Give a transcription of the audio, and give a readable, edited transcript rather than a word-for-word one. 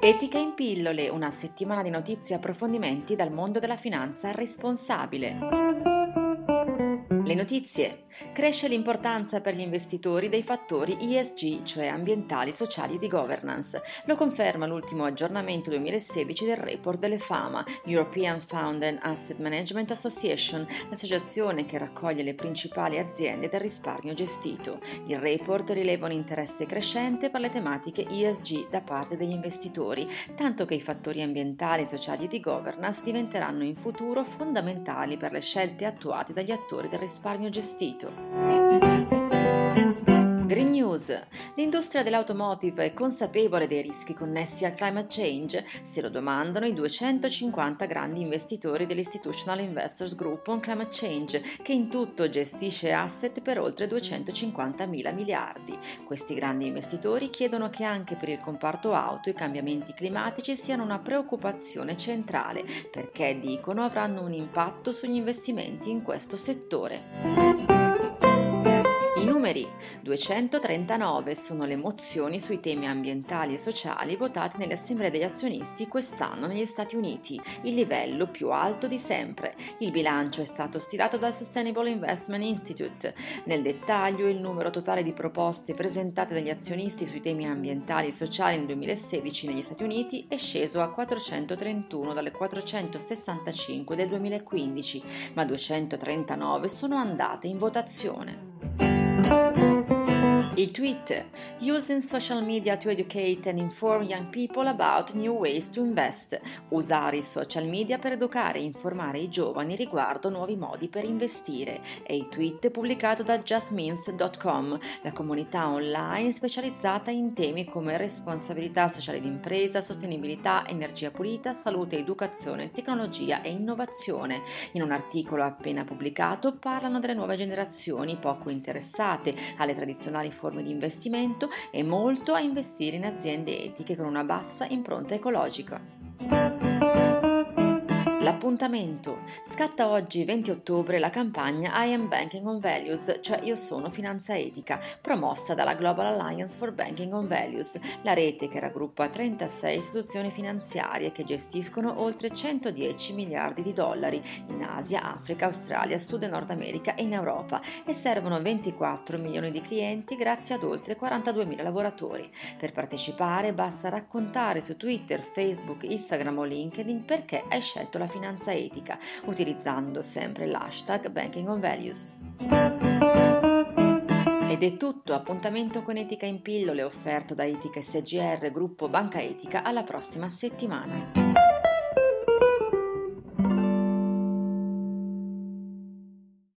Etica in pillole, una settimana di notizie e approfondimenti dal mondo della finanza responsabile. Le notizie. Cresce l'importanza per gli investitori dei fattori ESG, cioè ambientali, sociali e di governance. Lo conferma l'ultimo aggiornamento 2016 del report dell'EFAMA, European Fund and Asset Management Association, l'associazione che raccoglie le principali aziende del risparmio gestito. Il report rileva un interesse crescente per le tematiche ESG da parte degli investitori, tanto che i fattori ambientali, sociali e di governance diventeranno in futuro fondamentali per le scelte attuate dagli attori del risparmio gestito. Green News. L'industria dell'automotive è consapevole dei rischi connessi al climate change? Se lo domandano i 250 grandi investitori dell'Institutional Investors Group on Climate Change, che in tutto gestisce asset per oltre 250.000 miliardi. Questi grandi investitori chiedono che anche per il comparto auto i cambiamenti climatici siano una preoccupazione centrale, perché, dicono, avranno un impatto sugli investimenti in questo settore. I numeri. 239 sono le mozioni sui temi ambientali e sociali votate nelle assemblee degli azionisti quest'anno negli Stati Uniti, il livello più alto di sempre. Il bilancio è stato stilato dal Sustainable Investment Institute. Nel dettaglio, il numero totale di proposte presentate dagli azionisti sui temi ambientali e sociali nel 2016 negli Stati Uniti è sceso a 431 dalle 465 del 2015, ma 239 sono andate in votazione. Il tweet: Using social media to educate and inform young people about new ways to invest. Usare i social media per educare e informare i giovani riguardo nuovi modi per investire. È il tweet pubblicato da justmeans.com, la comunità online specializzata in temi come responsabilità sociale d'impresa, sostenibilità, energia pulita, salute, educazione, tecnologia e innovazione. In un articolo appena pubblicato parlano delle nuove generazioni poco interessate alle tradizionali forme di investimento e molto a investire in aziende etiche con una bassa impronta ecologica. L'appuntamento. Scatta oggi 20 ottobre la campagna I am Banking on Values, cioè Io sono finanza etica, promossa dalla Global Alliance for Banking on Values, la rete che raggruppa 36 istituzioni finanziarie che gestiscono oltre 110 miliardi di dollari in Asia, Africa, Australia, Sud e Nord America e in Europa, e servono 24 milioni di clienti grazie ad oltre 42.000 lavoratori. Per partecipare basta raccontare su Twitter, Facebook, Instagram o LinkedIn perché hai scelto la finanza etica, utilizzando sempre l'hashtag Banking on Values. Ed è tutto, appuntamento con Etica in pillole offerto da Etica SGR, gruppo Banca Etica, alla prossima settimana.